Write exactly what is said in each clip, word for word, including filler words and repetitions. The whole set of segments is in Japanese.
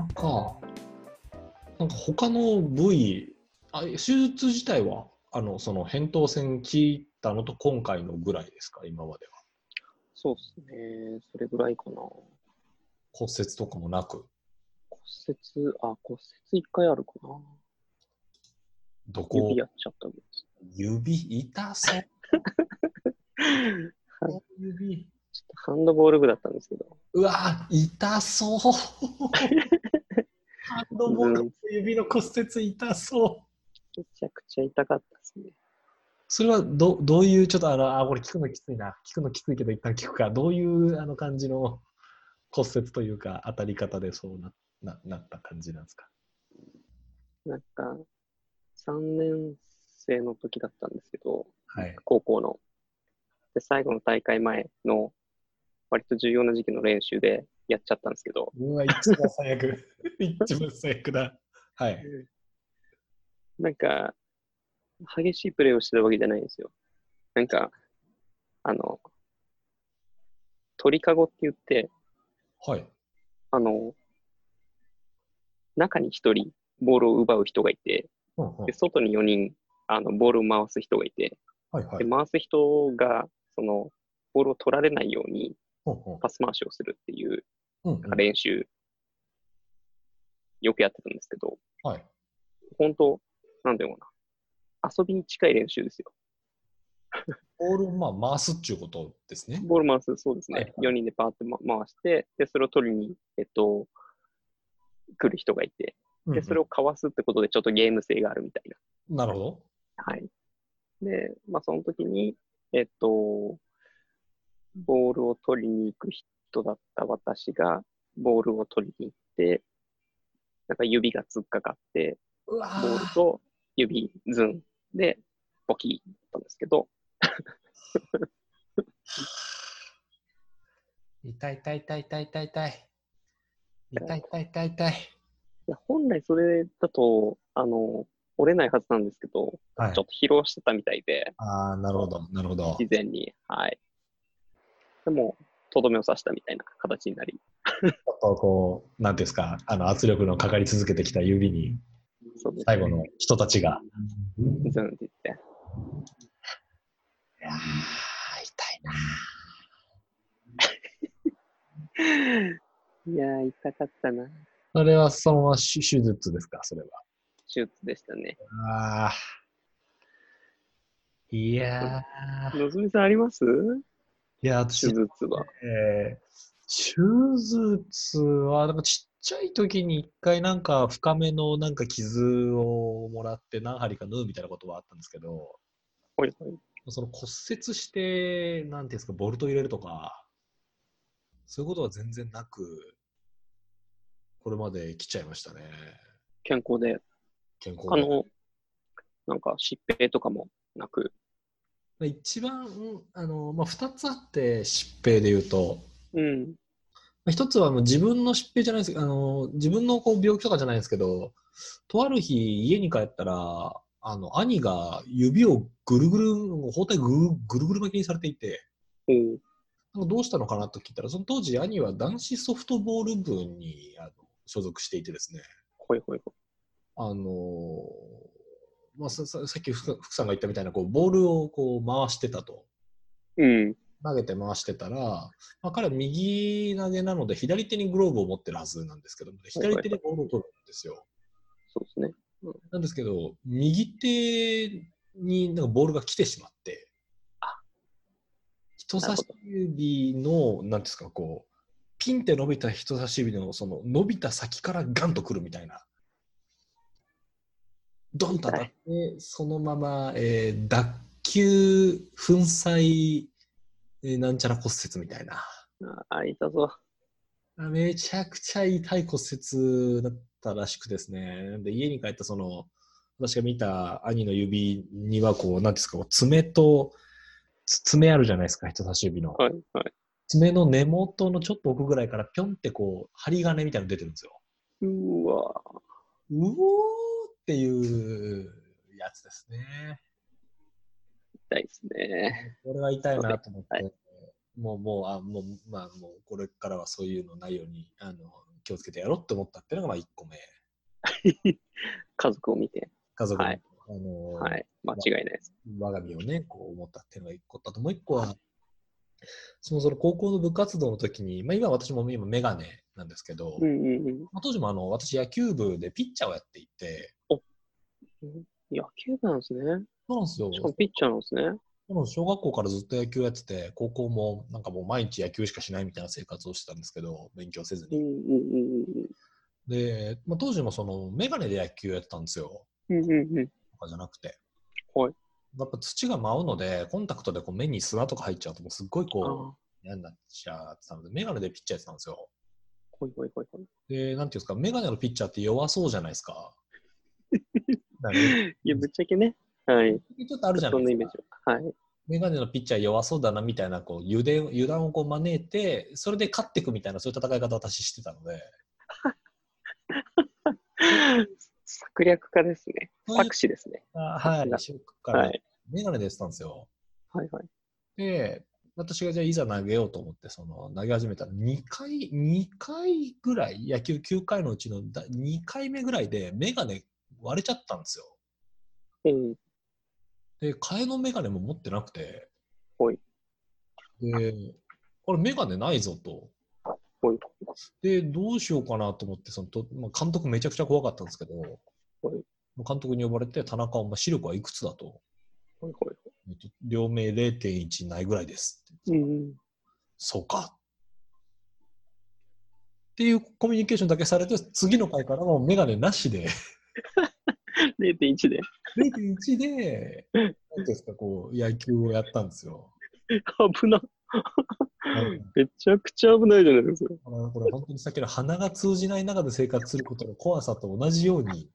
か、なんか他の部位、あ、手術自体は、あの、その扁桃腺切ったのと今回のぐらいですか、今までは。 そうっすね。それぐらいかな。骨骨折とかもなく。 折、あ、骨折一回あるかな。 どこ、 指やっちゃったんです。 指、痛そう。 はい。 指。 ちょっとハンドボール部だったんですけど、 うわ、痛そう。ハンドボールのずん、 指の骨折痛そう。 めちゃくちゃ痛かったですね。 それはどどういう、ちょっとあの、あ、これ聞くのきついな。聞くのきついけど一旦聞くか。どういうあの感じの骨折というか当たり方でそうな、な、なった感じなんですか？ なんか、さんねん生の時だったんですけど、 はい。 高校の。で、最後の大会前の割と重要な時期の練習でやっちゃったんですけど、 うわ、一番最悪。一番最悪だ。はい。 なんか、激しいプレーをしてたわけじゃないんですよ。なんか、あの、鳥かごって言って、 はい。 あの、中にひとりボールを奪う人がいて、 うんうん。 で、外によにん、あの、ボールを回す人がいて、で、 はいはい。 回す人が、その、ボールを取られないようにうんうん。 パス回しをするっていう、なんかうんうん。 練習、よくやってたんですけど、 はい。 本当なんていうのかな、遊びに近い練習ですよ。 ボールをまあ回すっていうことですね。 ボール回す、そうですね。 はいはい。 よにんでパーってま回して、で、それを取りに、えっと、来る人がいて、で、そうんれをかわすってことでちょっとゲーム性があるみたいうん。なるほど。 な。はい。で、まあ、その時に、えっと、ボールを取りに行く人だった私が、ボールを取りに行って、なんか指が突っかかって、 うわボールー。 と指、ズンで、ボキーだったんですけど、 痛い痛い痛い痛い痛い痛い。痛い痛い痛い痛い。 いや本来それだと、あの、折れないはずなんですけど、 はい。 ちょっと疲労してたみたいで、 ああ、なるほど、なるほど。 事前に、はい。でも、とどめを刺したみたいな形になり、 ちょっとこう、なんていうんですか、あの圧力のかかり続けてきた指に、 そうですね。 最後の人たちが、 ズンって言って。 いやー、痛いな。 いやー、痛かったな。 それはそのまま手手術ですか、それは。 手術でしたね。 ああ、いやー、 のぞみさんありますいや、 手私、 術は。 えー、手術は、なんかちっちゃい時に一回なんか深めのなんか傷をもらって何針か縫うみたいなことはあったんですけど、 はいはい。 その骨折して、なんていうんですか、ボルト入れるとか、そういうことは全然なく、これまで来ちゃいましたね。 健康で。 健康で。 あの、なんか疾病とかもなく。 一番、あの、まあ、二つあって、疾病で言うと、 うん。 まあ一つはもう自分の疾病じゃないですけど、あの、自分のこう病気とかじゃないですけど、とある日家に帰ったら、あの、兄が指をぐるぐる、包帯ぐるぐるぐる巻きにされていて、 おーなんかどうしたのかなと聞いたら、その当時兄は男子ソフトボール部にあの所属していてですね、 ほいほいほあの、まあ、さささっき福福さんが言ったみたいな、こう、ボールをこう回してたと。 い。うん。 投げて回してたら、まあ、彼は右投げなので左手にグローブを持ってるはずなんですけども、左手ではいはいはい。 ボールを取るんですよ。 そうですね。うん、 なんですけど、右手になんかボールが来てしまって、 あ、 人差しなるほど。 指の、なんていうんですか、こう、ピンって伸びた人差し指のその伸びた先からガンとくるみたいな。ドンと当たっ痛い。 て、そのまま、えー脱臼粉砕、えーなんちゃら骨折みたいな。 あ、痛そう。 めちゃくちゃ痛い骨折だったらしくですね。で、家に帰ったその、私が見た兄の指にはこう、なんていうんですか、こう爪と、つ爪あるじゃないですか、人差し指の。 はいはい。 爪の根元のちょっと奥ぐらいからぴょんってこう、針金みたいなの出てるんですよ。 うーわうおーっていうやつですね。 痛いですね。 これは痛いそれ。 なと思っはい。 て、もう、もう、あ、もう、まあ、もう、これからはそういうのないように、あの、 気をつけてやろうって思ったっていうのがまあいっこめ。 家族を見て。 家族の、 はい。 あのーはい。間違いないです。 我が身をね、こう思ったっていうのがいっこだと、もういっこは、そのその高校の部活動の時に、まあ、今私も今メガネなんですけど、 うんうんうん。 まあ、当時もあの私野球部でピッチャーをやっていて、 お、野球部なんですね。 そうなんですよ。 しかもピッチャーなんですね。 でも小学校からずっと野球やってて、高校もなんかもう毎日野球しかしないみたいな生活をしてたんですけど、勉強せずに。 うんうんうんで、まあ、当時もそのメガネで野球やってたんですよ。 うんうんうんうん。 とかじゃなくて。 はい。 やっぱ土が舞うので、コンタクトでこう目に砂とか入っちゃうと、もうすっごいああ、 こうほ嫌になっちゃってたので、メガネでピッチャーやってたんですよ。 いほいほいほい。 で、なんていうんですか、メガネのピッチャーって弱そうじゃないですか。だからね、 いや、ぶっちゃけね。はい。 ちょっとあるじゃないですか。 そんなイメージは。はい。 メガネのピッチャー弱そうだなみたいなこう油断油断をこう招いて、それで勝っていくみたいな、そういう戦い方を私してたので、 策略家ですね。 そういう作詞ですね。 あはい、 さすが。 ショックからはい。 メガネでやってたんですよ。 はいはい。 で、私がじゃあいざ投げようと思って、その投げ始めたらにかい、にかいぐらい、野球きゅうかいのうちのにかいめぐらいでメガネ割れちゃったんですよ。 うん。 で、替えのメガネも持ってなくて、 ほい。 で、これメガネないぞと。 ほい。 で、どうしようかなと思って、そのとまあ、監督めちゃくちゃ怖かったんですけど、 ほい。 監督に呼ばれて、田中、お前視力はいくつだと。 ほいほい。 えっと両目 れいてんいち ないぐらいですって。 うん。 そうか。っていうコミュニケーションだけされて、次の回からもうメガネなしで、 れいてんいちで。 れいてんいちで、なんていうんですか、こう、野球をやったんですよ。 危な。 なんかめちゃくちゃ危ないじゃないですか。 これこれ本当にさっきの鼻が通じない中で生活することの怖さと同じように、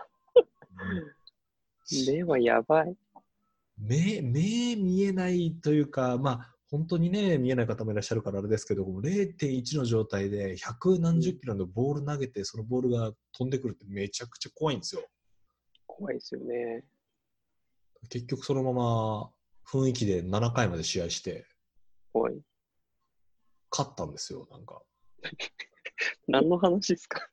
目はやばい。 目、目見えないというか、まあ、本当にね、見えない方もいらっしゃるからあれですけど、れいてんいちの状態で百何十キロのボール投げて、そのボールが飛んでくるってめちゃくちゃ怖いんですよ。 怖いですよね。 結局そのまま雰囲気でななかいまで試合して、 怖い。 勝ったんですよ、なんか。 何の話ですか？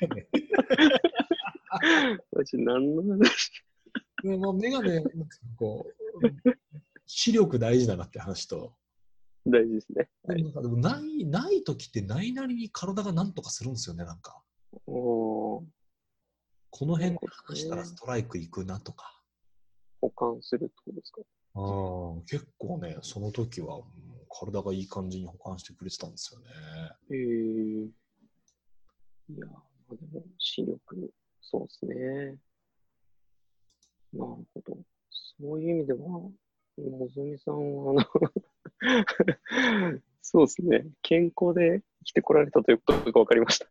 マジ何の話？ でもメガネ、なんですかこう、視力大事だなって話と、 大事ですね。はい。 でもなんかでもない、ない時ってないなりに体がなんとかするんですよね、なんか。 おー、 この辺でなるほど話したらスね。 トライク行くなとか。 保管するってことですか？ あー結構ね、その時はうん体がいい感じに保管してくれてたんですよね。 えー、いや、まあでも視力、そうですね。なるほど。そういう意味では、のぞみさんは、あのそうですね。健康で生きてこられたということが分かりました。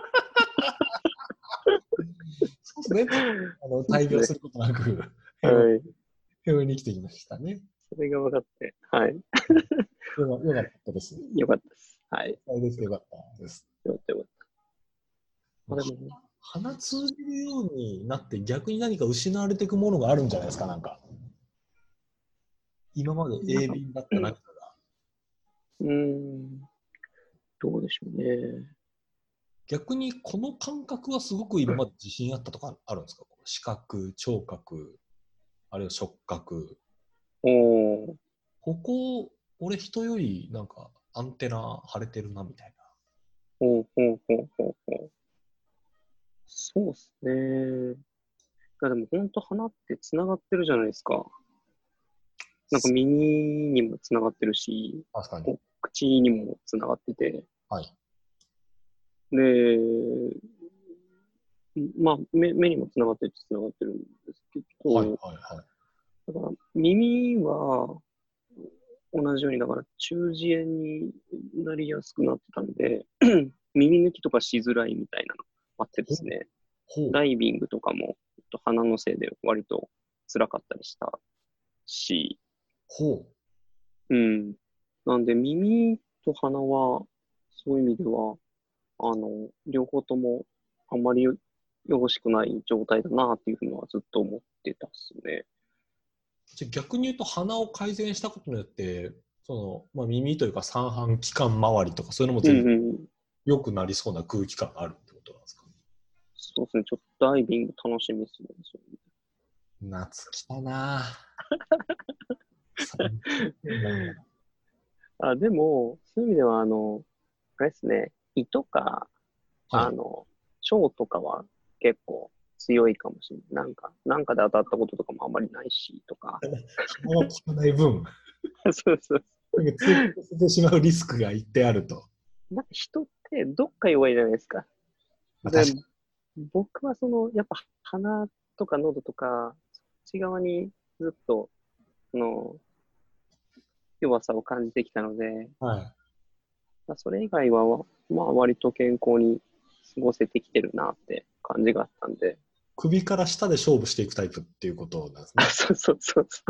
そうですね。あのそうですね。 大病することなく平和、 はい。 平和に生きてきましたね。 それが分かって、はい。 よかよかったです。 よかったです。はい。 あれですよかったです。 よかったよかった。まあでも、 鼻通じるようになって逆に何か失われていくものがあるんじゃないですか、なんか。今までなんか、 鋭敏だった何かが。 うーん、どうでしょうね。 逆にこの感覚はすごく今まで自信あったとかあるんですか？視覚、聴覚、あるいは触覚。 おー、 ここ、俺人よりなんかアンテナ張れてるなみたいな。 ほうほうほうほうほう。そうっすね。いやでも本当花って繋がってるじゃないですか。なんか耳にも繋がってるし、 確かに。 こう口にも繋がってて。 はい。 で、まあ目、目にも繋がってるっちゃ繋がってるんですけはいど、 はいはい。 だから耳は同じように、だから中耳炎になりやすくなってたんで、耳抜きとかしづらいみたいなのあってですね、 ほう。 ダイビングとかも鼻のせいで割と辛かったりしたし、 ほうん。なんで耳と鼻は、そういう意味では、あの、両方ともあんまりよよろしくない状態だなっていうふうにはずっと思ってたっすね。 う。じゃあ逆に言うと鼻を改善したことによって、その、まあ、耳というか三半規管周りとかそういうのも全部うんうん。 良くなりそうな空気感があるってことなんですか？ そうですね。ちょっとダイビング楽しみですね。 夏来たなぁ。 あ、でも、そういう意味では、あの、あれですね。胃とか、 はい。 あの、腸とかは結構強いかもしれない。なんか、なんかで当たったこととかもあんまりないし、とか。 鼻が効かない分、 そうそう。 なんか通過させてしまうリスクが一定あると。 なんか人ってどっか弱いじゃないですか。 まあ、 で、 確か僕はその、やっぱ鼻とか喉とか、そっち側にずっと、あの、弱さを感じてきたので、 に。はい。 まあ、それ以外は、まあ、割と健康に過ごせてきてるなって感じがあったんで、 首から下で勝負していくタイプっていうことなんですあ、 ね。 そうそうそうそ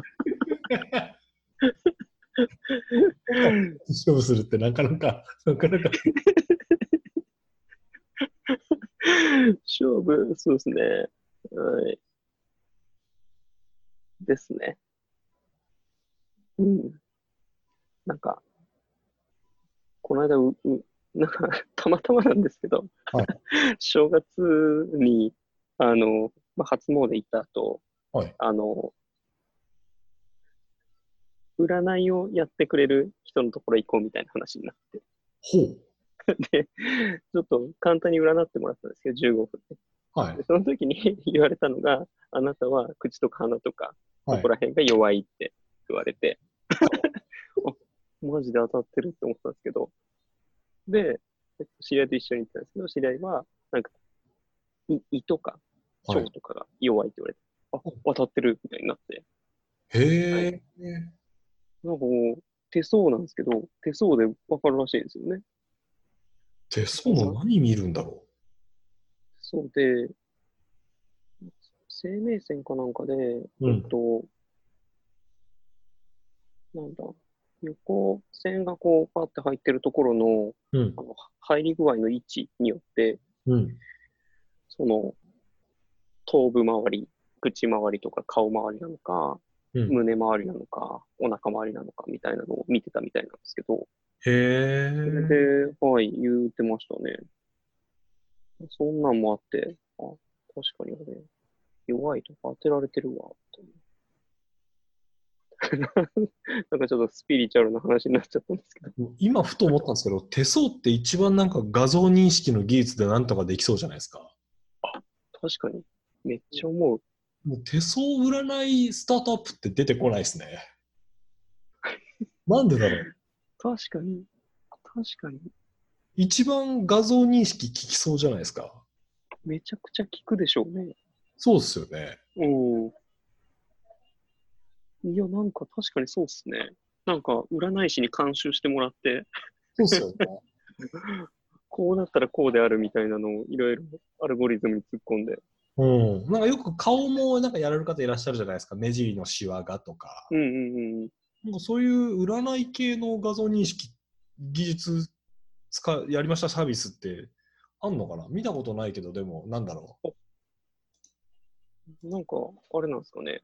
う。 勝負するってなかなか、なかなか。 勝負、そうですね。はい。ですね。うん。なんか、この間う、う、なんか、たまたまなんですけど、 はい。 正月に、あの、まあ、初詣行った後、 はい。 あの、占いをやってくれる人のところ行こうみたいな話になって、 ほう。 で、ちょっと簡単に占ってもらったんですけど、じゅうごふんで。 はい。 でその時に言われたのが、あなたは口とか鼻とか、そはい。 こら辺が弱いって言われて、あ、マジで当たってるって思ったんですけど、で、えっと知り合いと一緒に行ったんですけど、知り合いは、なんか、胃胃とかはい。 腸とかが弱いって言われて、あ、当たってるみたいになって、はい。 へえ。 なんかもう、手相なんですけど、手相でわかるらしいんですよね。 手相のそんな、 何見るんだろそうで、生命線かなんかで、 う。うえっん。 と、なんだ、横線がこう、パーって入ってるところの、 うん。 あの、入り具合の位置によって、 うん。 その、頭部周り、口周りとか顔周りなのか、 うん。 胸周りなのか、お腹周りなのかみたいなのを見てたみたいなんですけど、 へそれえ。 で、はい、言うてましたね。そんなんもあって、あ、確かに俺、弱いとか当てられてるわ、と。なんかちょっとスピリチュアルな話になっちゃったんですけど。 今ふと思ったんですけど、手相って一番なんか画像認識の技術でなんとかできそうじゃないですか。 あ、確かに。めっちゃ思う。 もう手相占いスタートアップって出てこないですね。なんでだろう。 確かに。確かに。 一番画像認識効きそうじゃないですか。 めちゃくちゃ効くでしょうね。 そうですよね。 うん。いや、なんか確かにそうっすね。なんか、占い師に監修してもらって、 そうですよね。 こうなったらこうであるみたいなのをいろいろアルゴリズムに突っ込んで。 うん。なんかよく顔もなんかやられる方いらっしゃるじゃないですか。目尻のシワがとか。 うんうんうん。 なんかそういう占い系の画像認識技術使やりましたサービスってあんのかな？見たことないけど、でもなんだろあ、なんか、あれなんですかね。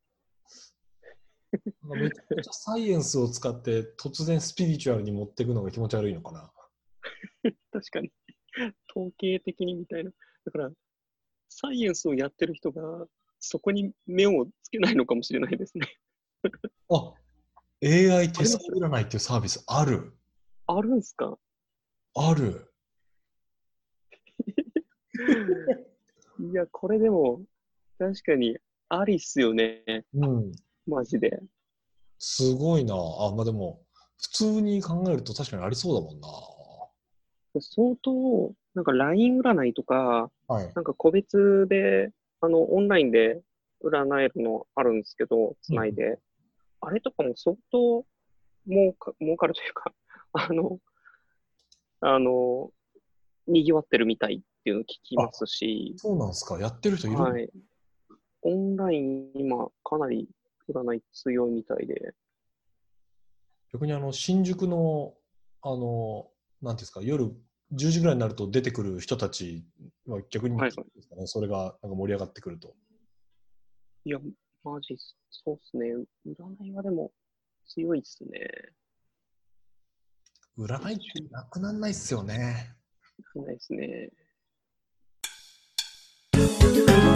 う。なんかめちゃくちゃサイエンスを使って突然スピリチュアルに持っていくのが気持ち悪いのかな。 確かに。統計的にみたいな。だから、サイエンスをやってる人が、そこに目をつけないのかもしれないですね。 あ、エーアイ 手相あります？ 占いっていうサービスある。 あるんすか？ ある。 いや、これでも、確かに、ありっすよね。 うん。 マジで。 すごいな。あ、まあでも、普通に考えると確かにありそうだもんな。 相当、なんか ライン 占いとか、 はい。 なんか個別で、あの、オンラインで占えるのあるんですけど、つうん。 ないで。あれとかも相当儲か、儲かるというか、あの、あの、賑わってるみたいっていうのを聞きあ、 ますし、 そうなんですか。やってる人いるんだ。 はい。オンライン今かなり占い強いみたいで、 逆にあの、新宿の、あの、なんていうんですか、夜じゅうじぐらいになると出てくる人たちは逆に、 はいはい。 ですかね、それがなんか盛り上がってくると。 いや、マジ、そうっすね。占いはでも強いっすね。 占いってなくなんないっすよね。 ないですね。